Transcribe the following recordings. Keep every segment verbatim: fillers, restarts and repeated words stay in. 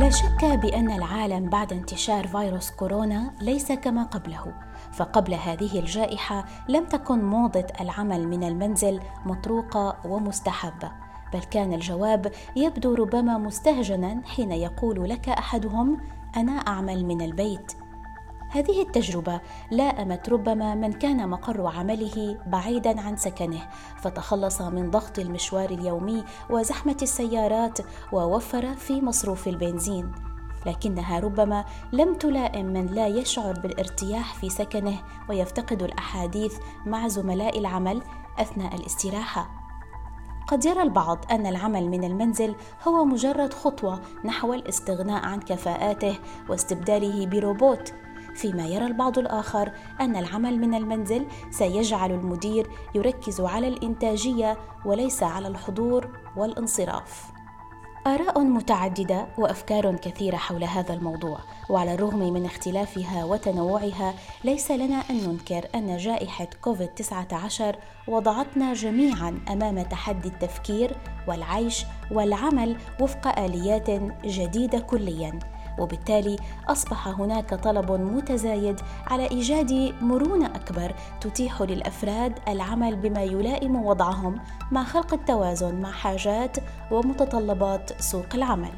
لا شك بأن العالم بعد انتشار فيروس كورونا ليس كما قبله، فقبل هذه الجائحة لم تكن موضة العمل من المنزل مطروقة ومستحبة، بل كان الجواب يبدو ربما مستهجنا حين يقول لك أحدهم: أنا أعمل من البيت. هذه التجربة لائمت ربما من كان مقر عمله بعيداً عن سكنه، فتخلص من ضغط المشوار اليومي وزحمة السيارات ووفر في مصروف البنزين، لكنها ربما لم تلائم من لا يشعر بالارتياح في سكنه ويفتقد الأحاديث مع زملاء العمل أثناء الاستراحة. قد يرى البعض أن العمل من المنزل هو مجرد خطوة نحو الاستغناء عن كفاءاته واستبداله بروبوت، فيما يرى البعض الآخر أن العمل من المنزل سيجعل المدير يركز على الإنتاجية وليس على الحضور والانصراف. آراء متعددة وأفكار كثيرة حول هذا الموضوع، وعلى الرغم من اختلافها وتنوعها ليس لنا أن ننكر أن جائحة كوفيد تسعة عشر وضعتنا جميعاً أمام تحدي التفكير والعيش والعمل وفق آليات جديدة كلياً، وبالتالي أصبح هناك طلب متزايد على إيجاد مرونة أكبر تتيح للأفراد العمل بما يلائم وضعهم مع خلق التوازن مع حاجات ومتطلبات سوق العمل.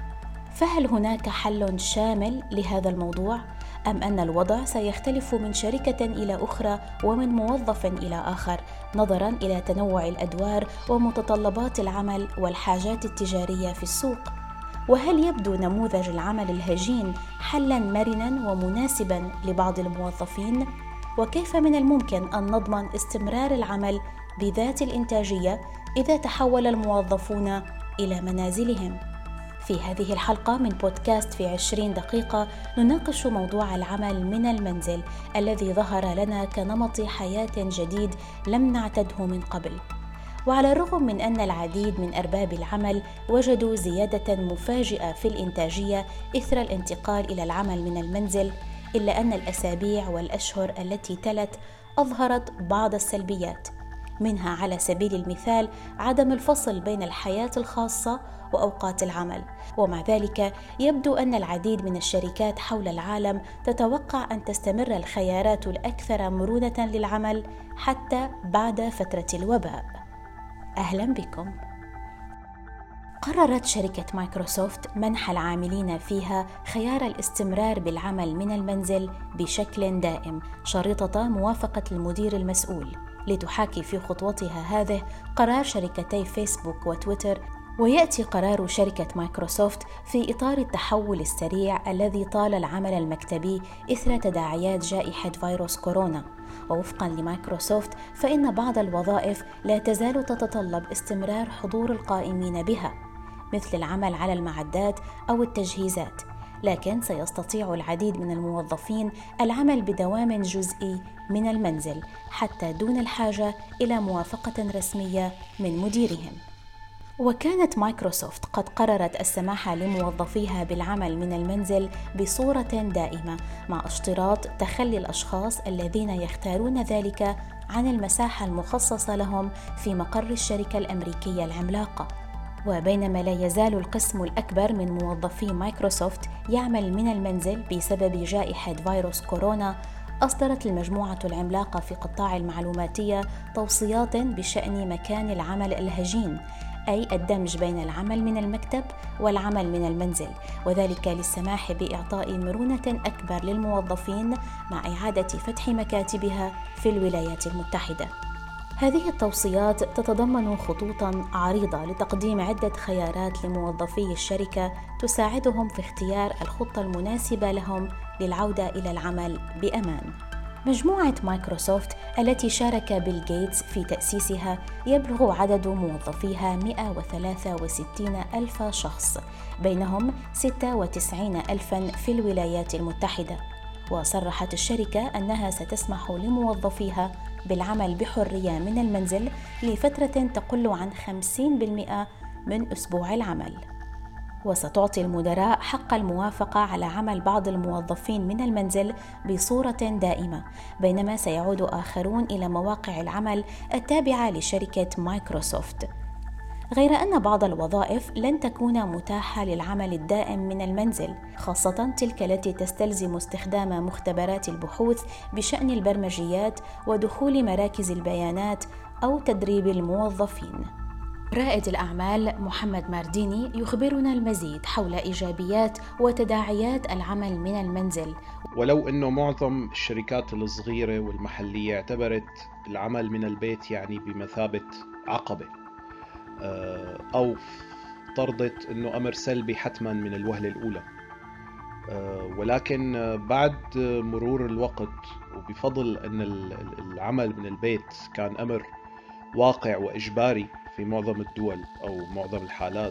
فهل هناك حل شامل لهذا الموضوع؟ أم أن الوضع سيختلف من شركة إلى أخرى ومن موظف إلى آخر نظراً إلى تنوع الأدوار ومتطلبات العمل والحاجات التجارية في السوق؟ وهل يبدو نموذج العمل الهجين حلاً مرناً ومناسباً لبعض الموظفين؟ وكيف من الممكن أن نضمن استمرار العمل بذات الإنتاجية إذا تحول الموظفون إلى منازلهم؟ في هذه الحلقة من بودكاست في عشرين دقيقة نناقش موضوع العمل من المنزل الذي ظهر لنا كنمط حياة جديد لم نعتده من قبل. وعلى الرغم من أن العديد من أرباب العمل وجدوا زيادة مفاجئة في الإنتاجية إثر الانتقال إلى العمل من المنزل، إلا أن الأسابيع والأشهر التي تلت أظهرت بعض السلبيات، منها على سبيل المثال عدم الفصل بين الحياة الخاصة وأوقات العمل. ومع ذلك يبدو أن العديد من الشركات حول العالم تتوقع أن تستمر الخيارات الأكثر مرونة للعمل حتى بعد فترة الوباء. أهلا بكم. قررت شركة مايكروسوفت منح العاملين فيها خيار الاستمرار بالعمل من المنزل بشكل دائم شريطة موافقة المدير المسؤول، لتحاكي في خطوتها هذه قرار شركتي فيسبوك وتويتر. ويأتي قرار شركة مايكروسوفت في إطار التحول السريع الذي طال العمل المكتبي إثر تداعيات جائحة فيروس كورونا. ووفقاً لمايكروسوفت فإن بعض الوظائف لا تزال تتطلب استمرار حضور القائمين بها، مثل العمل على المعدات أو التجهيزات، لكن سيستطيع العديد من الموظفين العمل بدوام جزئي من المنزل حتى دون الحاجة إلى موافقة رسمية من مديرهم. وكانت مايكروسوفت قد قررت السماح لموظفيها بالعمل من المنزل بصورة دائمة، مع اشتراط تخلي الأشخاص الذين يختارون ذلك عن المساحة المخصصة لهم في مقر الشركة الأمريكية العملاقة. وبينما لا يزال القسم الأكبر من موظفي مايكروسوفت يعمل من المنزل بسبب جائحة فيروس كورونا، أصدرت المجموعة العملاقة في قطاع المعلوماتية توصيات بشأن مكان العمل الهجين، أي الدمج بين العمل من المكتب والعمل من المنزل، وذلك للسماح بإعطاء مرونة أكبر للموظفين مع إعادة فتح مكاتبها في الولايات المتحدة. هذه التوصيات تتضمن خطوطاً عريضة لتقديم عدة خيارات لموظفي الشركة تساعدهم في اختيار الخطة المناسبة لهم للعودة إلى العمل بأمان. مجموعة مايكروسوفت التي شارك بيل غيتس في تأسيسها يبلغ عدد موظفيها مئة وثلاثة وستين ألف شخص، بينهم ستة وتسعين ألفاً في الولايات المتحدة. وصرحت الشركة أنها ستسمح لموظفيها بالعمل بحرية من المنزل لفترة تقل عن خمسين بالمئة من أسبوع العمل. وستعطي المدراء حق الموافقة على عمل بعض الموظفين من المنزل بصورة دائمة، بينما سيعود آخرون إلى مواقع العمل التابعة لشركة مايكروسوفت. غير أن بعض الوظائف لن تكون متاحة للعمل الدائم من المنزل، خاصة تلك التي تستلزم استخدام مختبرات البحوث بشأن البرمجيات ودخول مراكز البيانات أو تدريب الموظفين. رائد الأعمال محمد مارديني يخبرنا المزيد حول إيجابيات وتداعيات العمل من المنزل. ولو أنه معظم الشركات الصغيرة والمحلية اعتبرت العمل من البيت يعني بمثابة عقبة أو افترضت أنه أمر سلبي حتما من الوهلة الأولى، ولكن بعد مرور الوقت وبفضل أن العمل من البيت كان أمر واقع وإجباري في معظم الدول أو معظم الحالات،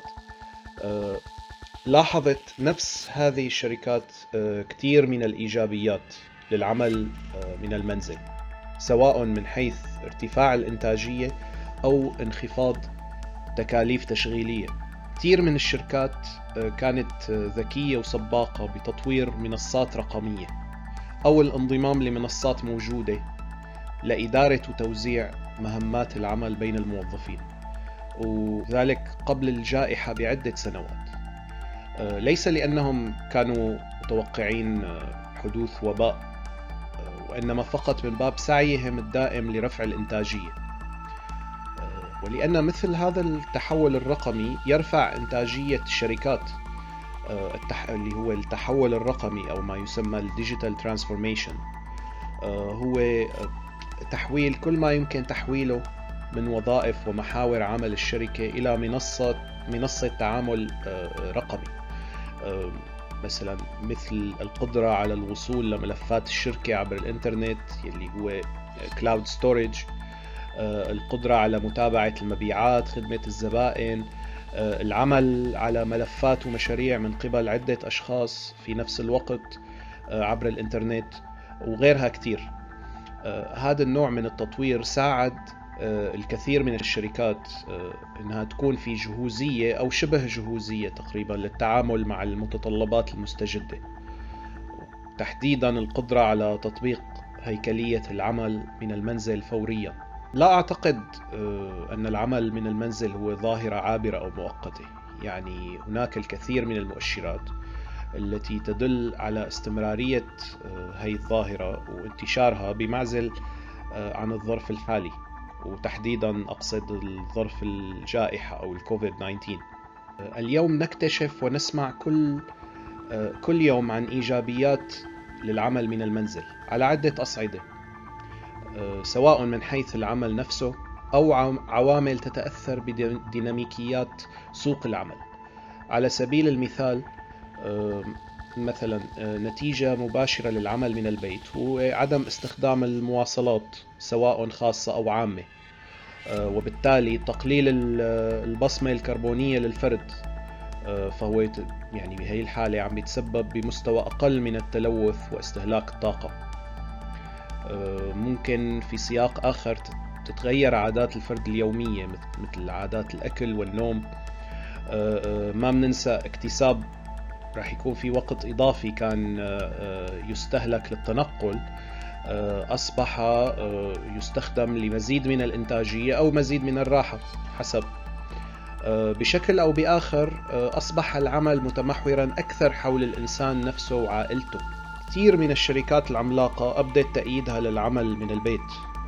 لاحظت نفس هذه الشركات كثير من الإيجابيات للعمل من المنزل، سواء من حيث ارتفاع الإنتاجية أو انخفاض تكاليف تشغيلية. كثير من الشركات كانت ذكية وسباقة بتطوير منصات رقمية أو الانضمام لمنصات موجودة لإدارة وتوزيع مهمات العمل بين الموظفين، وذلك قبل الجائحة بعدة سنوات، ليس لأنهم كانوا متوقعين حدوث وباء، وإنما فقط من باب سعيهم الدائم لرفع الإنتاجية، ولأن مثل هذا التحول الرقمي يرفع إنتاجية الشركات، اللي هو التحول الرقمي أو ما يسمى الديجيتال ترانسفورميشن، هو تحويل كل ما يمكن تحويله من وظائف ومحاور عمل الشركة إلى منصة منصة تعامل رقمي، مثلا مثل القدرة على الوصول لملفات الشركة عبر الإنترنت اللي هو كلاود ستورج، القدرة على متابعة المبيعات، خدمة الزبائن، العمل على ملفات ومشاريع من قبل عدة أشخاص في نفس الوقت عبر الإنترنت وغيرها كتير. هذا النوع من التطوير ساعد الكثير من الشركات إنها تكون في جهوزية أو شبه جهوزية تقريبا للتعامل مع المتطلبات المستجدة، تحديدا القدرة على تطبيق هيكلية العمل من المنزل فوريا. لا أعتقد أن العمل من المنزل هو ظاهرة عابرة أو مؤقتة، يعني هناك الكثير من المؤشرات التي تدل على استمرارية هذه الظاهرة وانتشارها بمعزل عن الظرف الحالي، وتحديدا أقصد الظرف الجائحة أو الكوفيد تسعة عشر. اليوم نكتشف ونسمع كل كل يوم عن إيجابيات للعمل من المنزل على عدة أصعدة، سواء من حيث العمل نفسه أو عوامل تتأثر بديناميكيات سوق العمل. على سبيل المثال، مثلا نتيجة مباشرة للعمل من البيت هو عدم استخدام المواصلات سواء خاصة أو عامة، وبالتالي تقليل البصمة الكربونية للفرد، فهو يعني بهذه الحالة عم يتسبب بمستوى أقل من التلوث واستهلاك الطاقة. ممكن في سياق آخر تتغير عادات الفرد اليومية مثل عادات الأكل والنوم. ما مننسى اكتساب راح يكون في وقت إضافي كان يستهلك للتنقل أصبح يستخدم لمزيد من الإنتاجية أو مزيد من الراحة حسب. بشكل أو بآخر أصبح العمل متمحورا أكثر حول الإنسان نفسه وعائلته. كثير من الشركات العملاقة أبدت تأييدها للعمل من البيت،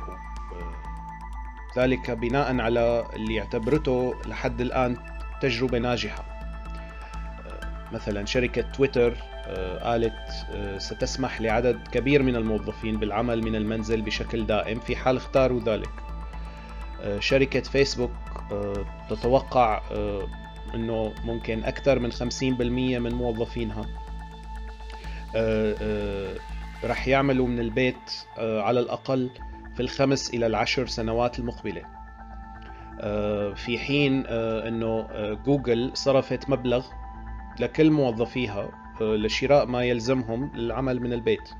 ذلك بناء على اللي اعتبرته لحد الآن تجربة ناجحة. مثلا شركة تويتر قالت ستسمح لعدد كبير من الموظفين بالعمل من المنزل بشكل دائم في حال اختاروا ذلك. شركة فيسبوك تتوقع أنه ممكن أكثر من خمسين بالمئة من موظفينها رح يعملوا من البيت على الأقل في الخمس إلى العشر سنوات المقبلة، في حين أنه جوجل صرفت مبلغ لكل موظفيها لشراء ما يلزمهم للعمل من البيت.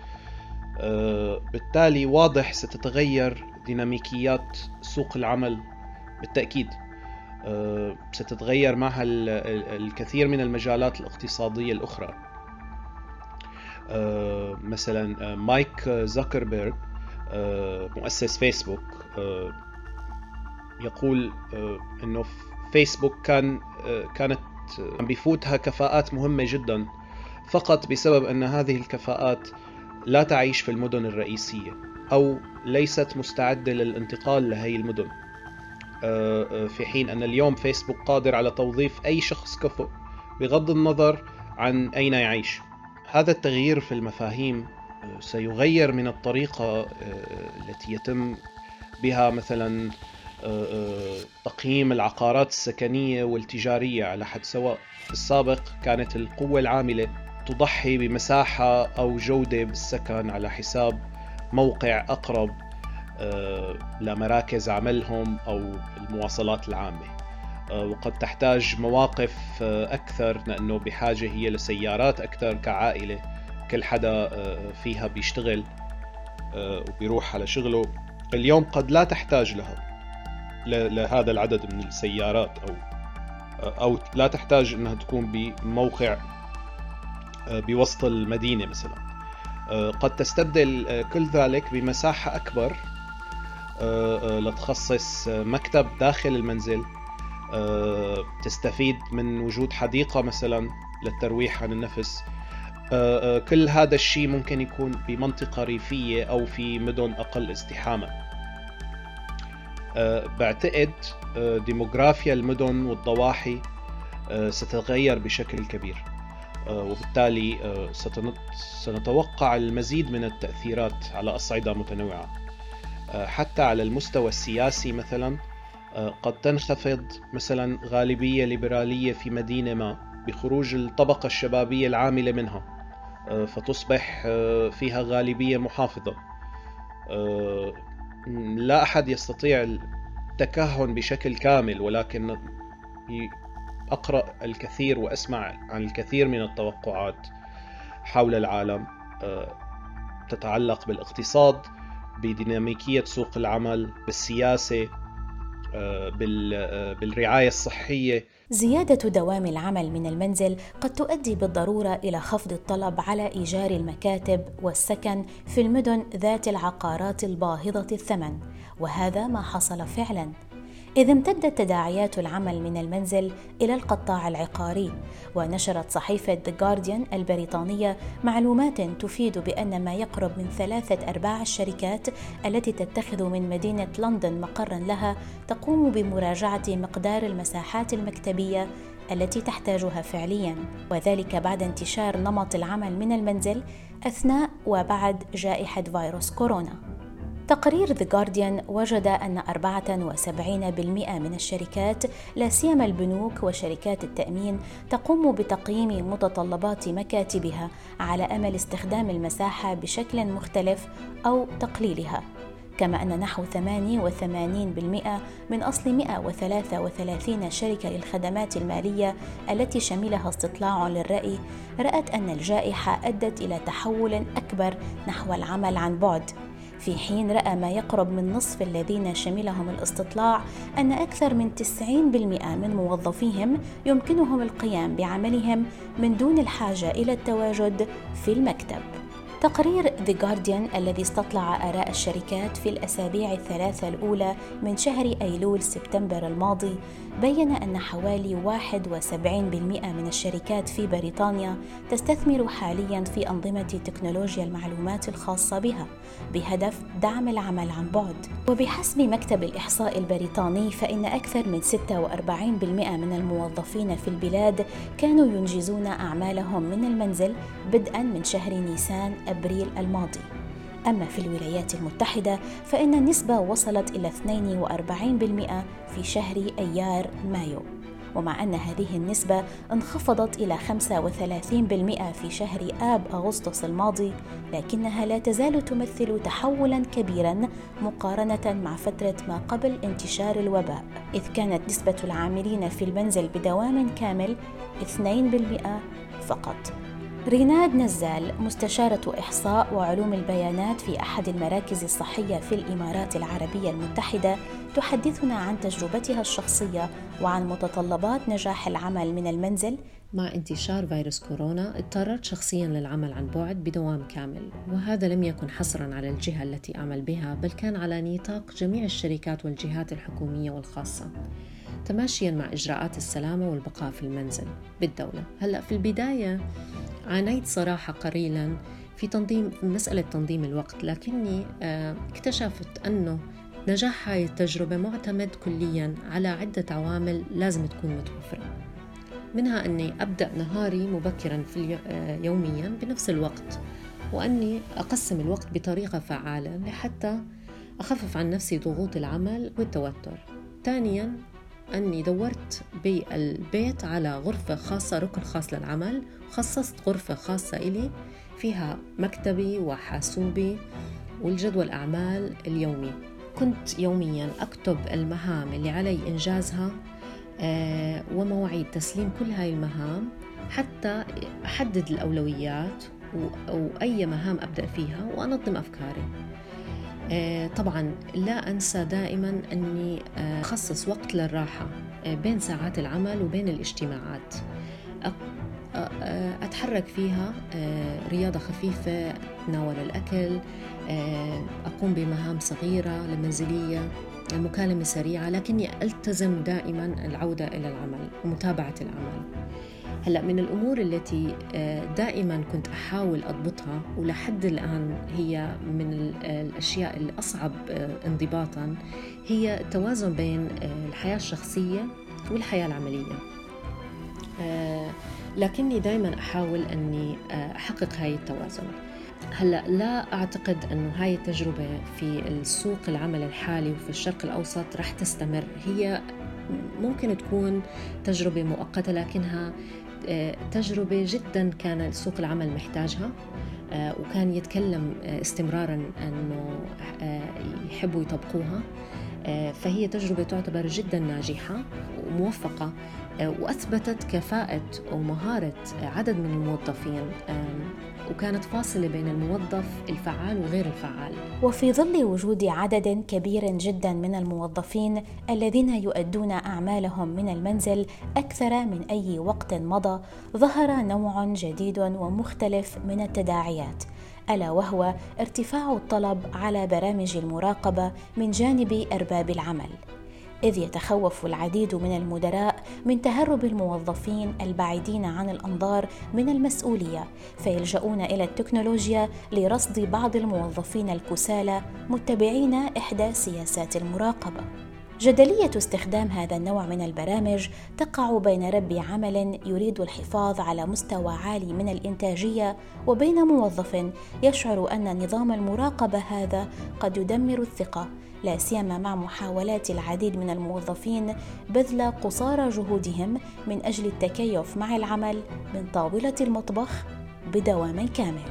بالتالي واضح ستتغير ديناميكيات سوق العمل بالتأكيد، ستتغير معها الكثير من المجالات الاقتصادية الأخرى. مثلا مايك زوكربيرغ مؤسس فيسبوك يقول أنه فيسبوك كان كانت عم بيفوتها كفاءات مهمة جدا، فقط بسبب أن هذه الكفاءات لا تعيش في المدن الرئيسية أو ليست مستعدة للانتقال لهي المدن، في حين أن اليوم فيسبوك قادر على توظيف أي شخص كفؤ بغض النظر عن أين يعيش. هذا التغيير في المفاهيم سيغير من الطريقة التي يتم بها مثلا تقييم العقارات السكنية والتجارية على حد سواء. في السابق كانت القوة العاملة تضحي بمساحة أو جودة بالسكن على حساب موقع أقرب لمراكز عملهم أو المواصلات العامة، وقد تحتاج مواقف أكثر لأنه بحاجة هي لسيارات أكثر كعائلة، كل حدا فيها بيشتغل وبيروح على شغله. اليوم قد لا تحتاج لها لهذا العدد من السيارات أو أو لا تحتاج أنها تكون بموقع بوسط المدينة مثلا. قد تستبدل كل ذلك بمساحة أكبر لتخصص مكتب داخل المنزل، تستفيد من وجود حديقة مثلا للترويح عن النفس. كل هذا الشيء ممكن يكون بمنطقة ريفية أو في مدن أقل ازدحاما. بعتقد ديموغرافيا المدن والضواحي ستتغير بشكل كبير، وبالتالي سنتوقع المزيد من التأثيرات على أصعدة متنوعة. حتى على المستوى السياسي مثلا قد تنخفض مثلا غالبية ليبرالية في مدينة ما بخروج الطبقة الشبابية العاملة منها، فتصبح فيها غالبية محافظة. لا أحد يستطيع التكهن بشكل كامل، ولكن أقرأ الكثير وأسمع عن الكثير من التوقعات حول العالم تتعلق بالاقتصاد، بديناميكية سوق العمل، بالسياسة، بالرعاية الصحية. زيادة دوام العمل من المنزل قد تؤدي بالضرورة إلى خفض الطلب على إيجار المكاتب والسكن في المدن ذات العقارات الباهظة الثمن، وهذا ما حصل فعلاً، إذ امتدت تداعيات العمل من المنزل إلى القطاع العقاري. ونشرت صحيفة The Guardian البريطانية معلومات تفيد بأن ما يقرب من ثلاثة أرباع الشركات التي تتخذ من مدينة لندن مقراً لها تقوم بمراجعة مقدار المساحات المكتبية التي تحتاجها فعلياً، وذلك بعد انتشار نمط العمل من المنزل أثناء وبعد جائحة فيروس كورونا. تقرير The Guardian وجد أن أربعة وسبعين بالمئة من الشركات، لا سيما البنوك وشركات التأمين، تقوم بتقييم متطلبات مكاتبها على أمل استخدام المساحة بشكل مختلف أو تقليلها، كما أن نحو ثمانية وثمانين بالمئة من أصل مئة وثلاثة وثلاثين شركة للخدمات المالية التي شملها استطلاع للرأي رأت أن الجائحة أدت إلى تحول أكبر نحو العمل عن بعد، في حين رأى ما يقرب من نصف الذين شملهم الاستطلاع أن أكثر من تسعين بالمئة من موظفيهم يمكنهم القيام بعملهم من دون الحاجة إلى التواجد في المكتب. تقرير The Guardian الذي استطلع آراء الشركات في الأسابيع الثلاثة الأولى من شهر أيلول سبتمبر الماضي بيّن أن حوالي واحد وسبعين بالمئة من الشركات في بريطانيا تستثمر حالياً في أنظمة تكنولوجيا المعلومات الخاصة بها بهدف دعم العمل عن بعد. وبحسب مكتب الإحصاء البريطاني فإن أكثر من ستة وأربعين بالمئة من الموظفين في البلاد كانوا ينجزون أعمالهم من المنزل بدءاً من شهر نيسان أبريل الماضي. أما في الولايات المتحدة فإن النسبة وصلت إلى اثنين وأربعين بالمئة في شهر أيار مايو، ومع أن هذه النسبة انخفضت إلى خمسة وثلاثين بالمئة في شهر آب أغسطس الماضي، لكنها لا تزال تمثل تحولاً كبيراً مقارنة مع فترة ما قبل انتشار الوباء، إذ كانت نسبة العاملين في المنزل بدوام كامل اثنين بالمئة فقط. ريناد نزال مستشارة إحصاء وعلوم البيانات في أحد المراكز الصحية في الإمارات العربية المتحدة تحدثنا عن تجربتها الشخصية وعن متطلبات نجاح العمل من المنزل. مع انتشار فيروس كورونا اضطررت شخصياً للعمل عن بعد بدوام كامل، وهذا لم يكن حصراً على الجهة التي أعمل بها، بل كان على نطاق جميع الشركات والجهات الحكومية والخاصة. تماشياً مع إجراءات السلامة والبقاء في المنزل بالدولة. هلأ في البداية عانيت صراحة قليلاً في تنظيم مسألة تنظيم الوقت، لكني اكتشفت أنه نجاح هاي التجربة معتمد كلياً على عدة عوامل لازم تكون متوفرة، منها أني أبدأ نهاري مبكراً في يومياً بنفس الوقت، وأني أقسم الوقت بطريقة فعالة لحتى أخفف عن نفسي ضغوط العمل والتوتر. ثانياً أني دورت بالبيت على غرفة خاصة، ركن خاص للعمل، خصصت غرفة خاصة إلي فيها مكتبي وحاسوبي والجدول أعمال اليومي. كنت يومياً أكتب المهام اللي علي إنجازها آه ومواعيد تسليم كل هاي المهام حتى أحدد الأولويات وأي مهام أبدأ فيها وأنظم أفكاري. آه طبعاً لا أنسى دائماً أني أخصص وقت للراحة آه بين ساعات العمل وبين الاجتماعات، أتحرك فيها آه رياضة خفيفة، أتناول الأكل، آه أقوم بمهام صغيرة لمنزلية، مكالمة سريعة، لكني ألتزم دائماً العودة إلى العمل ومتابعة العمل. هلأ من الأمور التي دائماً كنت أحاول أضبطها ولحد الآن هي من الأشياء الأصعب انضباطاً هي التوازن بين الحياة الشخصية والحياة العملية، لكني دائماً أحاول أني أحقق هاي التوازن. هلأ لا أعتقد أنه هاي التجربة في السوق العمل الحالي وفي الشرق الأوسط رح تستمر، هي ممكن تكون تجربة مؤقتة لكنها تجربة جداً كان سوق العمل محتاجها، وكان يتكلم استمراراً أنه يحبوا يطبقوها، فهي تجربة تعتبر جداً ناجحة وموفقة، وأثبتت كفاءة ومهارة عدد من الموظفين، وكانت فاصلة بين الموظف الفعال وغير الفعال. وفي ظل وجود عدد كبير جدا من الموظفين الذين يؤدون أعمالهم من المنزل أكثر من أي وقت مضى، ظهر نوع جديد ومختلف من التداعيات، ألا وهو ارتفاع الطلب على برامج المراقبة من جانب أرباب العمل، إذ يتخوف العديد من المدراء من تهرب الموظفين البعيدين عن الأنظار من المسؤولية، فيلجؤون إلى التكنولوجيا لرصد بعض الموظفين الكسالى متبعين إحدى سياسات المراقبة. جدلية استخدام هذا النوع من البرامج تقع بين رب عمل يريد الحفاظ على مستوى عالي من الإنتاجية وبين موظف يشعر أن نظام المراقبة هذا قد يدمر الثقة، لا سيما مع محاولات العديد من الموظفين بذل قصارى جهودهم من أجل التكيف مع العمل من طاولة المطبخ بدوام كامل.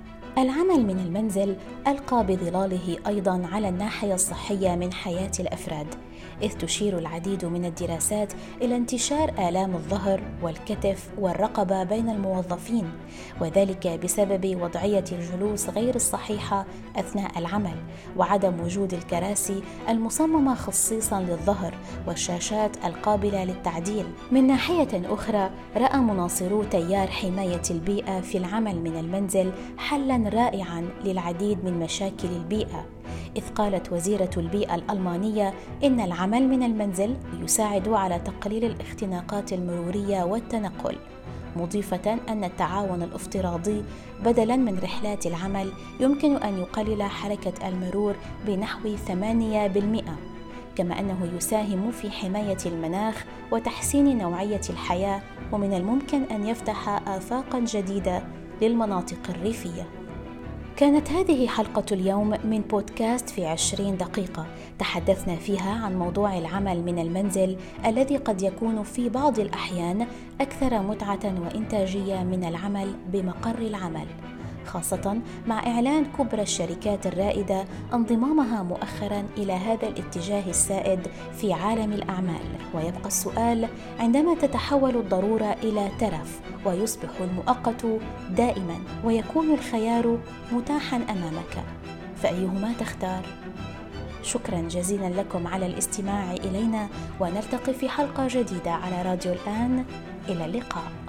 العمل من المنزل ألقى بظلاله أيضاً على الناحية الصحية من حياة الأفراد، إذ تشير العديد من الدراسات إلى انتشار آلام الظهر والكتف والرقبة بين الموظفين، وذلك بسبب وضعية الجلوس غير الصحيحة أثناء العمل، وعدم وجود الكراسي المصممة خصيصاً للظهر والشاشات القابلة للتعديل. من ناحية أخرى، رأى مناصرو تيار حماية البيئة في العمل من المنزل حلاً رائعاً للعديد من مشاكل البيئة، إذ قالت وزيرة البيئة الألمانية إن العمل من المنزل يساعد على تقليل الاختناقات المرورية والتنقل، مضيفة أن التعاون الافتراضي بدلاً من رحلات العمل يمكن أن يقلل حركة المرور بنحو ثمانية بالمئة، كما أنه يساهم في حماية المناخ وتحسين نوعية الحياة، ومن الممكن أن يفتح آفاقاً جديدة للمناطق الريفية. كانت هذه حلقة اليوم من بودكاست في عشرين دقيقة، تحدثنا فيها عن موضوع العمل من المنزل الذي قد يكون في بعض الأحيان أكثر متعة وإنتاجية من العمل بمقر العمل، خاصة مع إعلان كبرى الشركات الرائدة انضمامها مؤخراً إلى هذا الاتجاه السائد في عالم الأعمال. ويبقى السؤال: عندما تتحول الضرورة إلى ترف ويصبح المؤقت دائماً ويكون الخيار متاحاً أمامك، فأيهما تختار؟ شكراً جزيلاً لكم على الاستماع إلينا، ونلتقي في حلقة جديدة على راديو الآن. إلى اللقاء.